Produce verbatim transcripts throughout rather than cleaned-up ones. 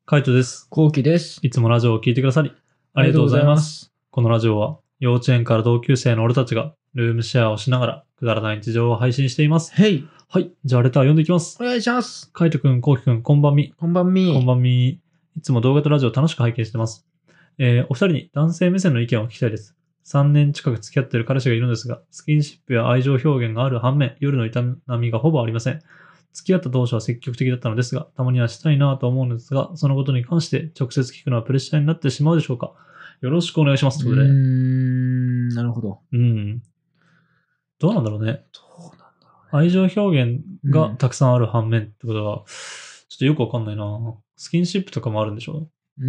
カイトです。 コウキです。 いつもラジオを聞いてくださりありがとうございます。このラジオは幼稚園から同級生の俺たちがルームシェアをしながらくだらない日常を配信しています。 へい。 はい。じゃあレター読んでいきます。 お願いします。 カイトくん、コウキくん、こんばんみ。 こんばんみ。 こんばんみ。いつも動画とラジオ楽しく拝見してます。えー、お二人に男性目線の意見を聞きたいです。さんねん近く付き合っている彼氏がいるんですが、スキンシップや愛情表現がある反面、夜の営みがほぼありません。付き合った当初は積極的だったのですが、たまにはしたいなと思うのですが、そのことに関して直接聞くのはプレッシャーになってしまうでしょうか。よろしくお願いします。ということで。 うーん、なるほど。 うん。どうなんだろうね。 どうなんだろうね。 愛情表現がたくさんある反面ってことは、ちょっとよくわかんないな。スキンシップとかもあるんでしょ。 うん。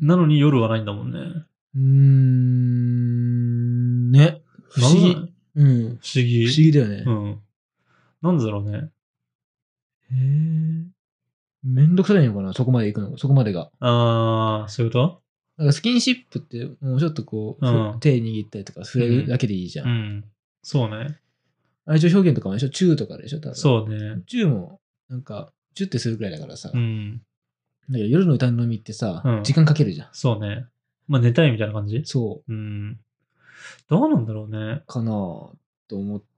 なのに夜はないんだもんね。 うーん、ね。不思議。うん。 不思議。 不思議だよね。 うん。なんでだろうね。 へえ。めんどくさいのかな、そこまで行くの。そこまでが。 あー、そういうこと？ なんかスキンシップってもうちょっとこう、 うん手握ったりとか触れるだけでいいじゃん。 うん。そうね。 愛情表現とかもでしょ、チューとかでしょ、多分。 そうね。 チューも、なんか、チューってするくらいだからさ。 うん。 だけど夜の歌のみってさ、 うん時間かけるじゃん。 そうね。まあ寝たいみたいな感じ？ そううん。どうなんだろうね。 かなぁと思った。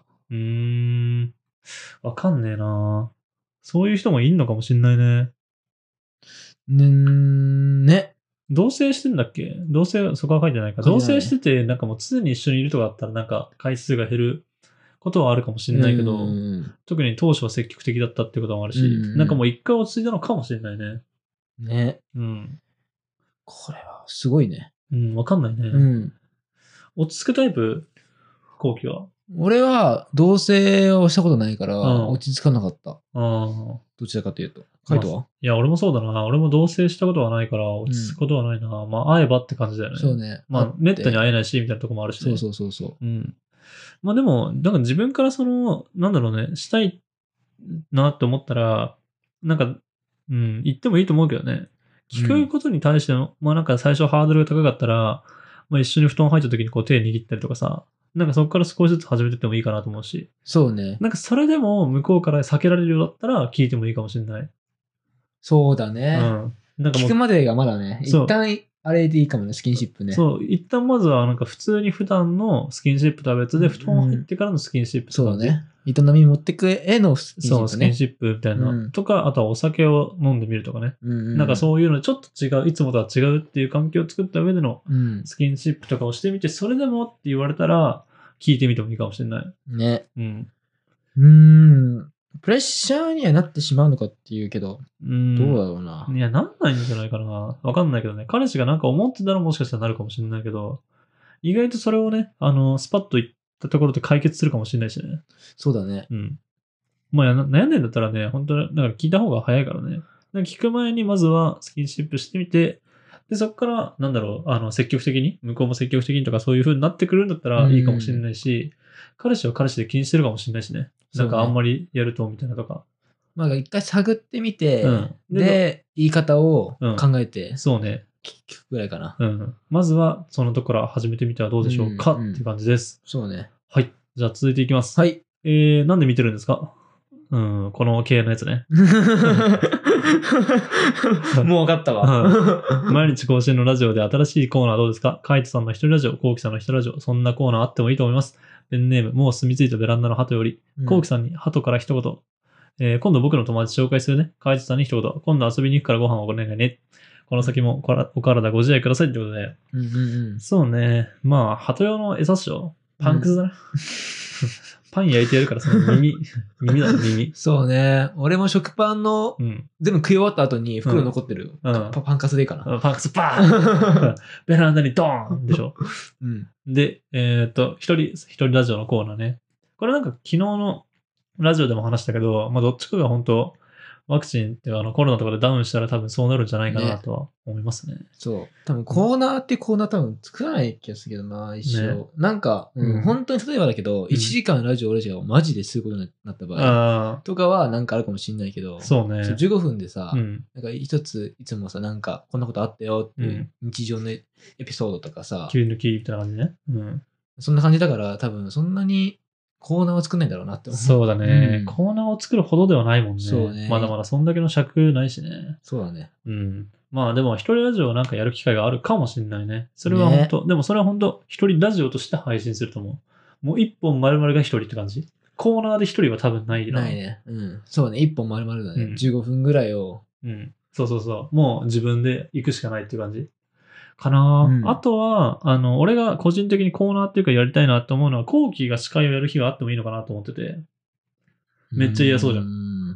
うーん。わかんねえな。そういう人もいんのかもしんないね。 ねんね。 同棲してんだっけ？同棲、そこは書いてないか。同書いてない棲してて、なんかもう常に一緒にいるとかだったら、なんか回数が減ることはあるかもしんないけど、 うん特に当初は積極的だったってこともあるし、 うんなんかもう一回落ち着いたのかもしれないね。 ね。 うん。 これはすごいね。 うん、わかんないね。 うん。 落ち着くタイプ？後期は。 俺は同棲をしたことないから、 うん落ち着かなかった。 ああ。 どちらかというと。カイトは、 いや、俺もそうだな。俺も同棲したことはないから、落ち着くことはないな。まあ、会えばって感じだよね。 そうね。 まあ、めったに会会えないし、みたいなとこもあるしね。 そうそうそうそう。 うん。まあでも、なんか自分からその、なんだろうね、したいなって思ったら、なんか、うん、言ってもいいと思うけどね。聞くことに対しての、まあなんか最初ハードルが高かったら、まあ一緒に布団入った時にこう手握ったりとかさ、なんかそこから少しずつ始めてってもいいかなと思うし。 そうね。 なんかそれでも向こうから避けられるようだったら聞いてもいいかもしれない。 そうだね。 うん。なんかもう聞くまでがまだね。 そう一旦、あれでいいかもね、スキンシップね。 そう、一旦まずはなんか普通に普段のスキンシップとは別で、布団入ってからのスキンシップって感じ。 そうだね。営み持ってくへのスキンシップね。 そう、スキンシップみたいな。 うんとか、あとはお酒を飲んでみるとかね。 うんうん、 なんかそういうのちょっと違う、いつもとは違うっていう環境を作った上でのうん。 スキンシップとかをしてみて、それでもって言われたら、聞いてみてもいいかもしれない。 ね。 うん。 うーん。プレッシャーにはなってしまうのかっていうけど、 うん。 どうだろうな。 いや、なんないんじゃないかな。わかんないけどね。彼氏がなんか思ってたらもしかしたらなるかもしれないけど、意外とそれをね、あの、スパッと言ったところで解決するかもしれないしね。 そうだね。 うん。まあ、やな悩んでんだったらね、本当に、なんか聞いた方が早いからね。なんか聞く前にまずはスキンシップしてみて、で、そこから、なんだろう、あの、積極的に、向こうも積極的にとかそういう風になってくるんだったらいいかもしれないし、彼氏は彼氏で気にしてるかもしれないしね。なんかあんまりやると、みたいなとか。 まあ、一回探ってみて、 うんでで、言い方をうん考えてそうね。 聞くぐらいかな。 うん。まずは、そのところから始めてみてはどうでしょうか、 うんうんっていう感じです。 そうね。 はい。じゃあ続いていきます。 はい。 えー、なんで見てるんですか？うん、この系のやつね。 もう分かったわ。 毎日更新のラジオで新しいコーナーどうですか？カイトさんの一人ラジオ、コウキさんの一人ラジオ、そんなコーナーあってもいいと思います。ペンネーム、もう住み着いたベランダの鳩より、 うんコウキさんに鳩から一言、えー今度僕の友達紹介するね。カイトさんに一言、今度遊びに行くからご飯をお願いね。この先もこらお体ご自愛くださいってことで。 うんうんうん。 そうね。まあ、鳩用の餌っしょ？パンくずだな。パン焼いてやるから、その耳、耳だね、耳。 そうね。俺も食パンのうん。 全部食い終わった後に袋残ってる。 うんパパンカスでいいかな。 パンクスパーンベランダにドーンでしょ。 うん。 で、えーっと、一人、一人ラジオのコーナーね。これなんか昨日のラジオでも話したけど、まあどっちかが本当ワクチンっていうあのコロナとかでダウンしたら多分そうなるんじゃないかなとは思いますね。 そう。多分コーナーってコーナー多分作らない気がするけどな、一生。 ねなんか、うんうん本当に例えばだけど、 んいちじかんラジオ俺じゃマジですることになった場合あとかはなんかあるかもしれないけど、 あ、そうね。 そうじゅうごふんでさ、 うん。 なんか一ついつもさ、なんかこんなことあったよっていう日常のエピソードとかさ、 切り抜きみたいな感じね。うん。 そんな感じだから多分そんなにコーナーは作んないんだろうなって思う。 そうだね、 うんコーナーを作るほどではないもんね。 そうねまだまだそんだけの尺ないしね。 そうだね。 うん。まあでも、一人ラジオをなんかやる機会があるかもしれないね。それは本当、でもそれは本当、一人ラジオとして配信すると思う。もう一本丸々が一人って感じ。コーナーで一人は多分ないな。 ないね。うん。そうね。一本丸々だね。 うんじゅうごふんぐらいを。 うん。そうそうそう。もう自分で行くしかないっていう感じ。かな、 うんあとは、あの、俺が個人的にコーナーっていうかやりたいなって思うのは、後期が司会をやる日があってもいいのかなと思ってて。めっちゃ嫌そうじゃんん。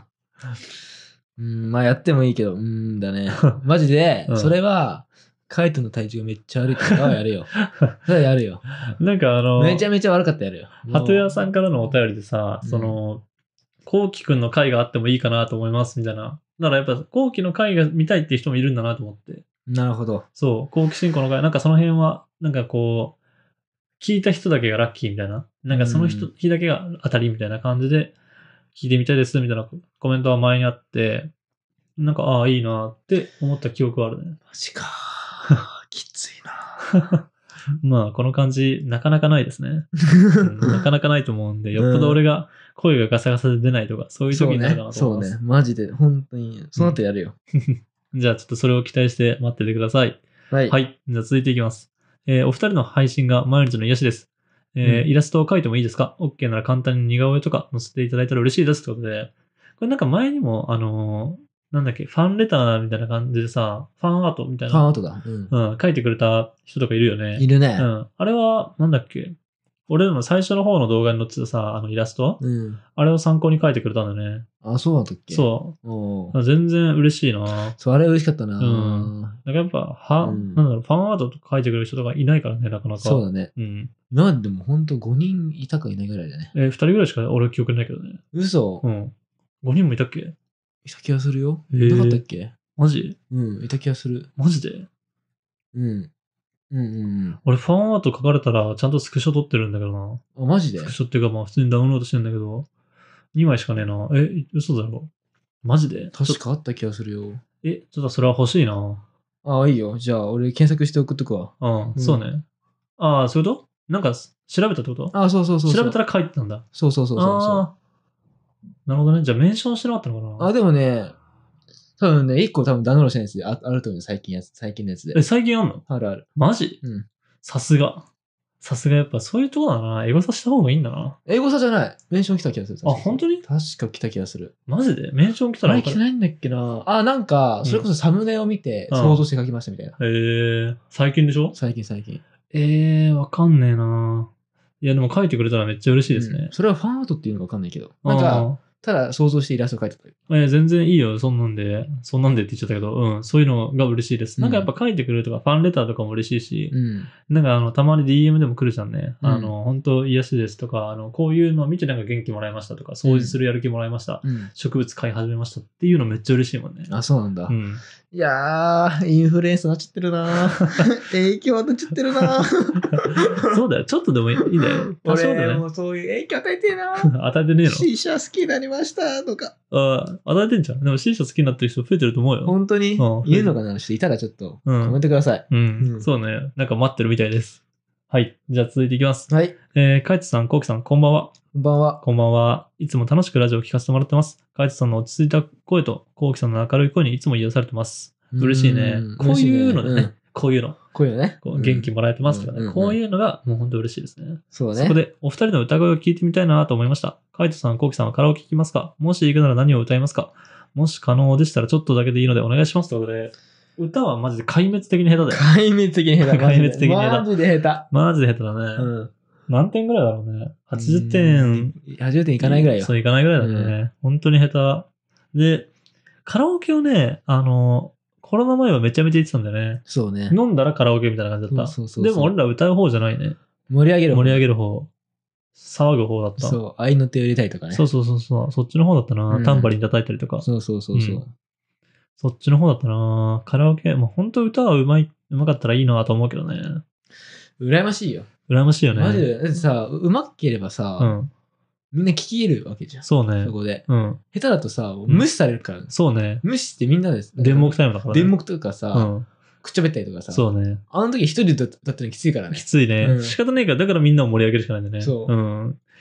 うん、まあやってもいいけど、うーんだね。マジでう、んそれは、カイトの体重がめっちゃ悪いからはやるよ。それはやるよ。 なんかあの、 めちゃめちゃ悪かったらやるよ。 鳩屋さんからのお便りでさ、 うんその、後期くんの回があってもいいかなと思いますみたいな。だからやっぱ後期の回が見たいっていう人もいるんだなと思って。 なるほど。 そう、後期進行の回、なんかその辺は、なんかこう、聞いた人だけがラッキーみたいな。なんかその人、 うん日だけが当たりみたいな感じで、聞いてみたいですみたいなコメントは前にあって、なんか、ああ、いいなって思った記憶はあるね。 マジか。きついな。 まあ、この感じ、なかなかないですね。うんなかなかないと思うんで、よっぽど俺が声がガサガサで出ないとか、そういう時になるかなとそうね。 思います。 そうね。マジで、本当に。その後やるよ。 じゃあ、ちょっとそれを期待して待っててください。 はい。 はい。じゃあ続いていきます。えーお二人の配信が毎日の癒しです。えーうんイラストを描いてもいいですか？ OK なら簡単に似顔絵とか載せていただいたら嬉しいです。ということで、これなんか前にも、あのーなんだっけ、ファンレターみたいな感じでさ、ファンアートみたいな、 ファンアートだ。うん。 うん、書いてくれた人とかいるよね。 いるね。 うん。あれは、なんだっけ、俺らの最初の方の動画に載ってたさ、あのイラスト、 うん。 あれを参考に書いてくれたんだよね。 あ、そうなんだっけ。 そうおうう。全然嬉しいな。 そう、あれ嬉しかったな。 うんなんかやっぱ、は、 うんなんだろう、ファンアートとか書いてくれる人とかいないからね、なかなか。 そうだね。 うん。 今まででも本当ごにんいたかいないぐらいだね。 えー、二人ぐらいしか俺記憶ないけどね。 嘘、 うん。五人もいたっけ？ いた気がするよ。 へーいなかったっけ。 マジうん、いた気がする。 マジでうん。うんうんうん。 俺ファンアート書かれたらちゃんとスクショ撮ってるんだけどな。 あ、マジでスクショっていうかまあ普通にダウンロードしてるんだけど、にまいしかねえな。え、嘘だろマジで確かあった気がするよ。 え、ちょっとそれは欲しいな。 ああ、いいよ。じゃあ、俺検索して送っとくわ。 うん、 うんそうね。ああ、そういうことなんか調べたってことああ、そうそうそうそう。 調べたら書いてたんだ。 そうそうそうそうそう。 ああ。なるほどね。じゃあメンションしてなかったのかなあ、でもね、多分ね、一個多分ダウンロードしてないやつでああると思うよ。最近やつ、最近のやつでえ、。最近あんのあるある。 マジうん。 さすが。さすがやっぱそういうとこだな。エゴサした方がいいんだな。 英語差じゃない。メンション来た気がする。 あ本当に確か来た気がする。 マジでメンション来たらあれわかる。 来てないんだっけな。あ、なんか、それこそサムネを見てうん想像して書きましたみたいな。 へえ、最近でしょ最近最近。 えー、わかんねえな。いや、でも書いてくれたらめっちゃ嬉しいですねうん。それはファンアートっていうのかわかんないけど。なんか、ただ想像してイラスト描いてた。 あー、えー全然いいよ。そんなんで、そんなんでって言っちゃったけど、うん、そういうのが嬉しいです。 うんなんかやっぱ書いてくれるとか、ファンレターとかも嬉しいし、 うん。 なんかあの、たまに ディーエム でも来るじゃんね。 うんあの、本当癒しですとか、あの、こういうのを見てなんか元気もらいましたとか、掃除するやる気もらいました。 うん。 植物飼い始めましたっていうのめっちゃ嬉しいもんね。 あ、そうなんだ。 うん。 いやー、インフルエンサーなっちゃってるな影響与えちゃってるなそうだよ。ちょっとでもいいんだよ。多少俺、 でね。 もうそういう影響与えてえな与えてねえの C 社好きになりましたとか。 ああ、与えてんじゃん。でも C 社好きになってる人増えてると思うよ。 本当にうん言うのかな人いたらちょっとコうんメントください。 うん、 うんそうね。なんか待ってるみたいです。はい。じゃあ続いていきます。 はい。 えー、カイトさん、コウキさん、こんばんは。 こんばんは。 こんばんは。いつも楽しくラジオを聞かせてもらってます。カイトさんの落ち着いた声と、コウキさんの明るい声にいつも癒されてます。嬉しいねうん。 こういうのでね、 嬉しいねこういうの。 こういうのね。 こう元気もらえてますからね、 うんうんうんこういうのがもう本当嬉しいですね。 そうね。 そこで、お二人の歌声を聞いてみたいなと思いました。カイトさん、コウキさんはカラオケ聞きますか？もし行くなら何を歌いますか？もし可能でしたらちょっとだけでいいのでお願いします。ということで、歌はマジで壊滅的に下手だよ。 壊滅的に下手。 壊滅的に下手マジで下マジで下手だ手。 ね。 うん。 何点ぐらいだろうね。はちじゅってん。 はちじゅってんいかないぐらいよそ。う、いかないぐらいだね。本当に下手。で、カラオケをね、あの、コロナ前はめちゃめちゃ行ってたんだよね。 そうね。 飲んだらカラオケみたいな感じだった。 そうそうそうそうでも俺ら歌う方じゃないね。 盛り上げる方。 盛り上げる方。騒ぐ方だった。 そう。愛の手を入れたりとかね。 そうそうそうそう。そっちの方だったな。 うんタンバリン叩いたりとか。 そうそうそうそう。 うんそっちの方だったな。カラオケ、もう本当歌はうまい、うまかったらいいなと思うけどね。 羨ましいよ。 羨ましいよね。 マジで。だってさ、うまければさ、 うん。 みんな聞き入るわけじゃん。 そうねそ。こで。 うん。 下手だとさ、無視されるから。 そうね。 無視ってみんなです。 電目タイムだからね。 電目とかさ、 うん。 くっちゃべったりとかさ、 そうね。 あの時一人だったのきついからねき。ついね。 うん仕方ないから、だからみんなを盛り上げるしかないんだね。 そううん。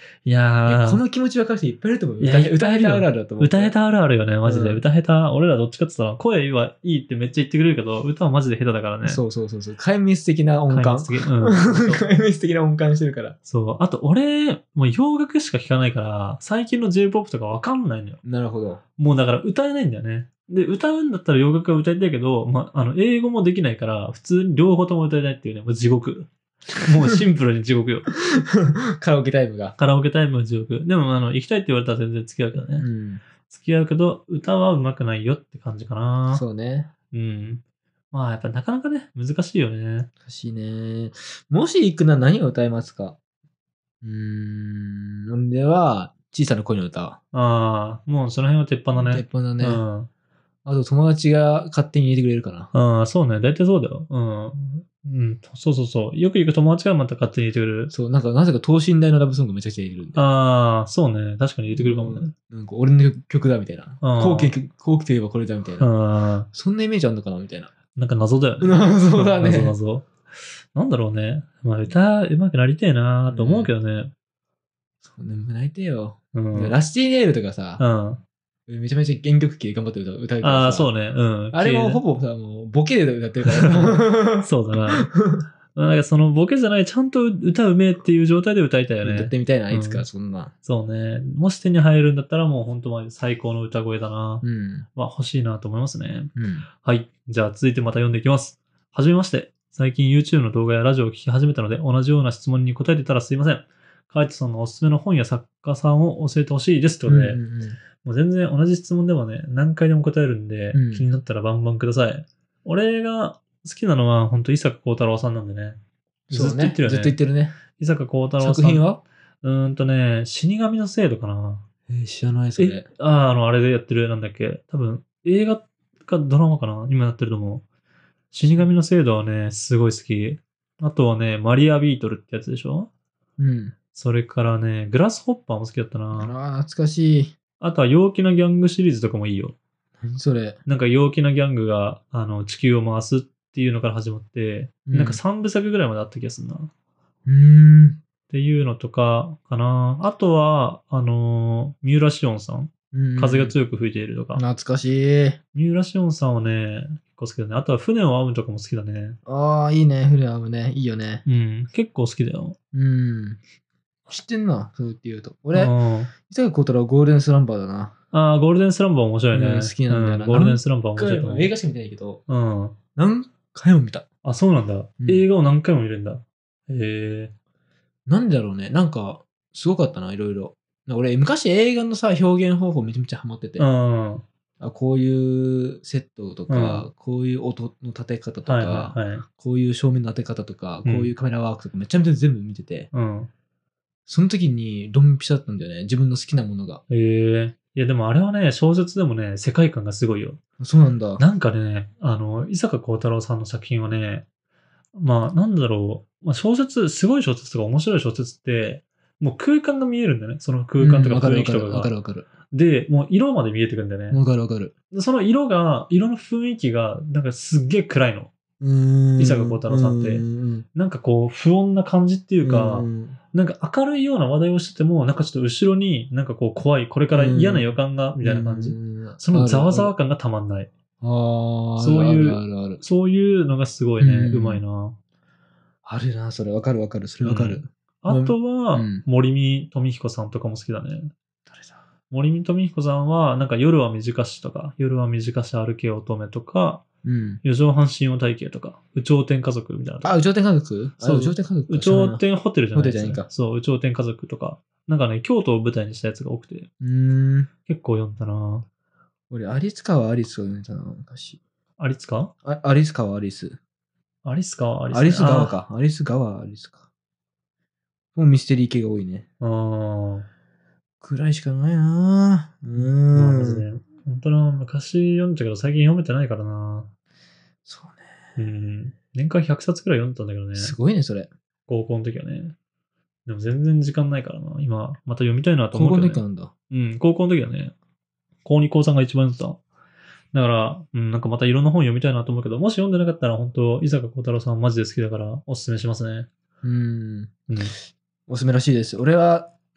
いいやー、 やこの気持ち分かる人いっぱいいると思う。 いや歌いっぱいいるよ歌下手あるあるだと思う。 歌下手あるあるよね、マジで。 うん歌下手、俺らどっちかって言ったら、声はいいってめっちゃ言ってくれるけど、歌はマジで下手だからね。 そうそうそうそう。壊滅的な音感。 壊滅的うん壊滅的な音感してるから。 そう。あと、俺、もう洋楽しか聴かないから、最近の J-ポップ とかわかんないのよ。 なるほど。 もうだから歌えないんだよね。で、歌うんだったら洋楽は歌いたいけど、ま、あの、英語もできないから、普通に両方とも歌えないっていうね、もう地獄。もうシンプルに地獄よ。 カラオケタイムが。 カラオケタイムは地獄。でも、あの、行きたいって言われたら全然付き合うけどね。 うん。 付き合うけど、歌は上手くないよって感じかな。 そうね。 うん。まあ、やっぱなかなかね、難しいよね。 難しいね。もし行くなら何を歌いますか？うーん。では、小さな恋の歌。 ああ、もうその辺は鉄板だね。 鉄板だね。 うん。 あと友達が勝手に入れてくれるかな。 ああ、そうね。大体そうだよ。うん。うん。そうそうそう。よく行く友達がまた勝手に入れてくれる。 そう、なんかなぜか等身大のラブソングめちゃくちゃ入れてくるんで。 ああ、そうね。確かに入れてくるかもね。 うんなんか俺の曲だみたいな。 うん後期後期といえばこれだみたいな。 ああ、 そんなイメージあるのかなみたいな。 なんか謎だよね。 謎だね謎謎。なんだろうね。まあ歌上手くなりてえなと思うけどね。 そうね、泣いてよ。 うん。 ラスティネイルとかさう、ん。 めちゃめちゃ原曲期で頑張って歌う歌うからさ。 ああ、そうね。うん。 あれもほぼさ、もうボケで歌ってるから。 そうだな。なんかそのボケじゃない、ちゃんと歌うめえっていう状態で歌いたいよね。 歌ってみたいな、いつか、 うんそんな。 そうね。もし手に入るんだったらもう本当ま最高の歌声だな。 うん。 まあ欲しいなと思いますね。 うん。 はい。じゃあ続いてまた読んでいきます。はじめまして。最近 YouTube の動画やラジオを聞き始めたので同じような質問に答えてたらすいません。カイトさんのおすすめの本や作家さんを教えてほしいです。ということで、 うんうんうんもう全然同じ質問でもね、何回でも答えるんで、 うん気になったらバンバンください。俺が好きなのは本当伊坂幸太郎さんなんでね。ずっと言ってるよね。 ずっと言ってるね。 伊坂幸太郎さん。 作品はうーんとね、死神の制度かな。 えー知らない、そえれ。、 あー、あの、あれでやってる、なんだっけ。多分、映画かドラマかな今やってると思う。死神の制度はね、すごい好き。あとはね、マリアビートルってやつでしょうん。 それからね、グラスホッパーも好きだったあな。 ら、懐かしい。 あとは陽気なギャングシリーズとかもいいよ。 何それ。 なんか陽気なギャングが、あの、地球を回すっていうのから始まって、 うんなんかさんぶさくぐらいまであった気がするな。っうーん。 ていうのとか、かな。あとは、あのー、三浦紫音さん。 うん風が強く吹いているとか。 懐かしい。 三浦紫音さんはね、結構好きだね。あとは船を編むとかも好きだね。 ああ、いいね。フレアムね。いいよね。 うん。結構好きだよ。 うん。知ってんな、そう言って言うと。俺、 うん伊坂幸太郎ゴールデンスランバーだな。 ああ、ゴールデンスランバー面白いね。 うん好きなんだよなゴールデンスランバー面白いと思う。 映画しか見てないけど、 うん。 何回も見た。 あ、そうなんだ。 ん映画を何回も見るんだ。へえ。 なんでだろうね。なんか、すごかったな、いろいろ。俺、昔映画のさ、表現方法めちゃめちゃハマってて。 うん。はあこういうセットとか、 うこういう音の立て方といか、 はいはい。 こういう照明の当て方とか、 うんこういうカメラワークとかめちゃめちゃ全部見てて、 うん。 その時にドンピシャだったんだよね。自分の好きなものが。 へえ。いやでもあれはね、小説でもね、世界観がすごいよ。 そうなんだ。 なんかね、あの、伊坂幸太郎さんの作品はね、まあなんだろう、まあ小説、すごい小説とか面白い小説って、もう空間が見えるんだよね。その空間とかうんわかる雰囲気とかわかるが。 わかるわかで、もう色まで見えてくるんだよる。 ね。 わかるわかる。 その色が、色の雰囲気が、なんかすっげえ暗いの。 うーん伊坂幸太郎さんってうんなんかこう、不穏な感じっていうか、 うんなんか明るいような話題をしてても、なんかちょっと後ろになんかこう怖い、これから嫌な予感が、みたいな感じ。 うんそのざわざわ感がたまんない。 ああ、 そういうあるあるある。 そういうのがすごいね、 うんうまいな。 あるな、それわかるわかる。それわかる。 あとは、 うん森見富彦さんとかも好きだね。 誰だ森見富彦さんは、なんか夜は短しとか、夜は短し歩け乙女とか、 うん。 四畳半神話体系とか、有頂天家族みたいなとか。 あ、有頂天家族あそう有頂天家族か有頂天ホテルじゃないですホテルじゃないかそう、有頂天家族とか。なんかね、京都を舞台にしたやつが多くて、 うーん。 結構読んだな。 俺、アリス川アリスを読んでたな、昔。 アリスかあアリス川アリス。 アリスかアリス、 アリス川。か。アリス川アリスか。もうミステリー系が多いね。 あーあくらいしかないなぁ。うー。まあ、マジーん。 で。本当な、昔読んだけど最近読めてないからな。 そうね。 うん。年間ひゃくさつくらい読んだんだけどね。 すごいね、それ。 高校の時はね。でも全然時間ないからな。今、また読みたいなと高思うけど、ね。 校の時なんだ。 うん、高校の時はね、高に高さんが一番読んでた。だから、うん、なんかまたいろんな本読みたいなと思うけど、もし読んでなかったら本当、伊坂幸太郎さんマジで好きだからおすすめしますね。 うーん。 うん。 おすすめらしいです。俺は、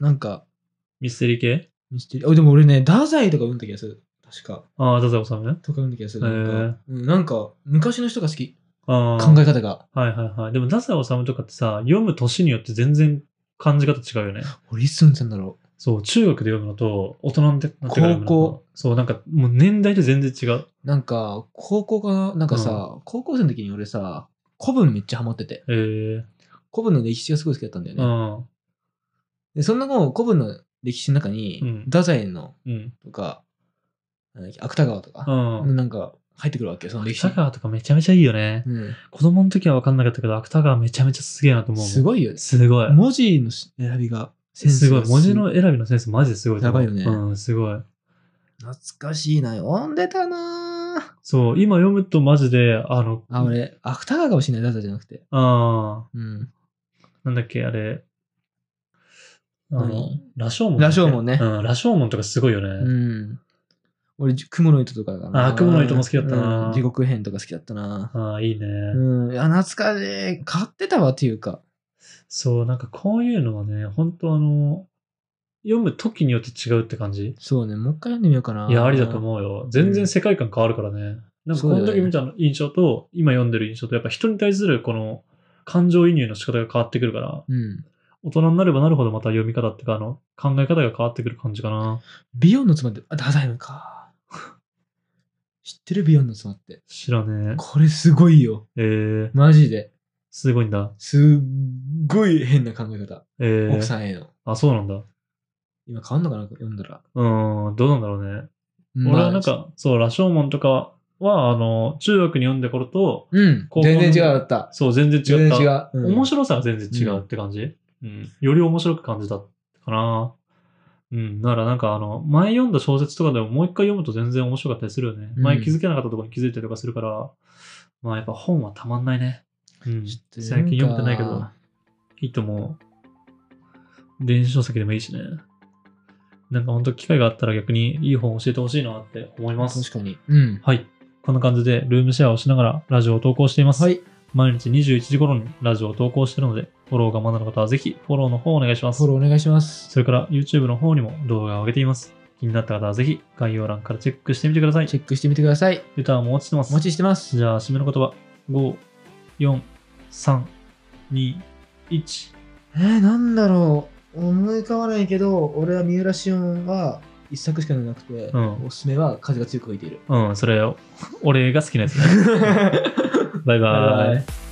なんか、 ミステリー系？ ミステリー。あ、でも俺ね、太宰とか読んだ気がする。確か。 ああ、太宰治ね。 とか読んだ気がする。なんへか、うん、なんか昔の人が好き。 あ考え方が。 はいはいはい。でも、太宰治とかってさ、読む年によって全然感じ方違うよね。 俺いつ読んでたんだろそう、中学で読むのと、大人になってから読むのと。 高校。 そう、なんか、もう年代で全然違う。 う。なんか、高校かななんかさ、高校生の時に俺さ、古文めっちゃハマってて。 へえ。 古文の歴史がすごい好きだったんだようね。 ん。 で、そんな後、古文の歴史の中に、 うん太宰のうん。 とか、なんだっけ芥川とか、 うん。 なんか入ってくるわけよ、その歴史。 芥川とかめちゃめちゃいいよね。 うん。 子供の時は分かんなかったけど、芥川めちゃめちゃすげえなと思うもん。 すごいよね。 すごい。 文字の選びが、センスがすごい。文字の選びのセンスマジですごいと思う。 やばいよねうん、すごい。 懐かしいな。読んでたなぁ。 そう、今読むとマジで、あの、 あ、俺、芥川かもしれない、太宰じゃなくて。 ああ、 うん。 なんだっけ、あれ。あの何、 羅生門だっけ。 羅生門ねうん、羅生門とかすごいよね。 うん。俺、雲の糸とかかな。 あ雲の糸も好きだったなうん地獄編とか好きだったな。 ああ、いいね。 うん。いや、懐かしい。買ってたわっていうか。 そう、なんかこういうのはね、本当あの、読む時によって違うって感じ。 そうね、もう一回読んでみようかな。 いや、ありだと思うよ。全然世界観変わるからね。なんかこの時見た印象と、今読んでる印象と、やっぱ人に対するこの感情移入の仕方が変わってくるから、 うん。 大人になればなるほどまた読み方っていうか、あの、考え方が変わってくる感じかな。 ビヨンの妻って、あ、太宰のか。知ってるビヨンの妻って。 知らねえ。 これすごいよ。 えー、 マジで。 すごいんだ。 すっごい変な考え方。 えー、 奥さんへの。 あ、そうなんだ。 今変わんのかな読んだら。 うーん、どうなんだろうね。 まあ俺はなんか、そう、羅生門とかは、あの、中学に読んで頃と、 うん。 高校の全然違った。 そう、全然違った。 全然違う。うん面白さが全然違うって感じ、うん、より面白く感じたかな。うん。だからなんかあの、前読んだ小説とかでももう一回読むと全然面白かったりするよね。 うん前気づけなかったところに気づいたりとかするから、まあやっぱ本はたまんないね。うん。 ちょっと最近読めてないけどなんか、 いいと思う。電子書籍でもいいしね。なんか本当機会があったら逆にいい本教えてほしいなって思います。 確かに。うん。 はい。こんな感じでルームシェアをしながらラジオを投稿しています。 はい。 毎日にじゅういちじ頃にラジオを投稿しているので、フォローがまだの方はぜひフォローの方をお願いします。 フォローお願いします。 それから YouTube の方にも動画を上げています。気になった方はぜひ概要欄からチェックしてみてください。 チェックしてみてください。 レターもお待ちしてます。 お待ちしてます。 じゃあ、締めの言葉。ご、よん、さん、に、いち。 えー、なんだろう。思い浮かばないけど、俺は三浦紫音は一作しか読んでなくて、 うんおすすめは風が強く吹いている。 うん、それ、俺が好きなやつね。バイバイ。 バイバイ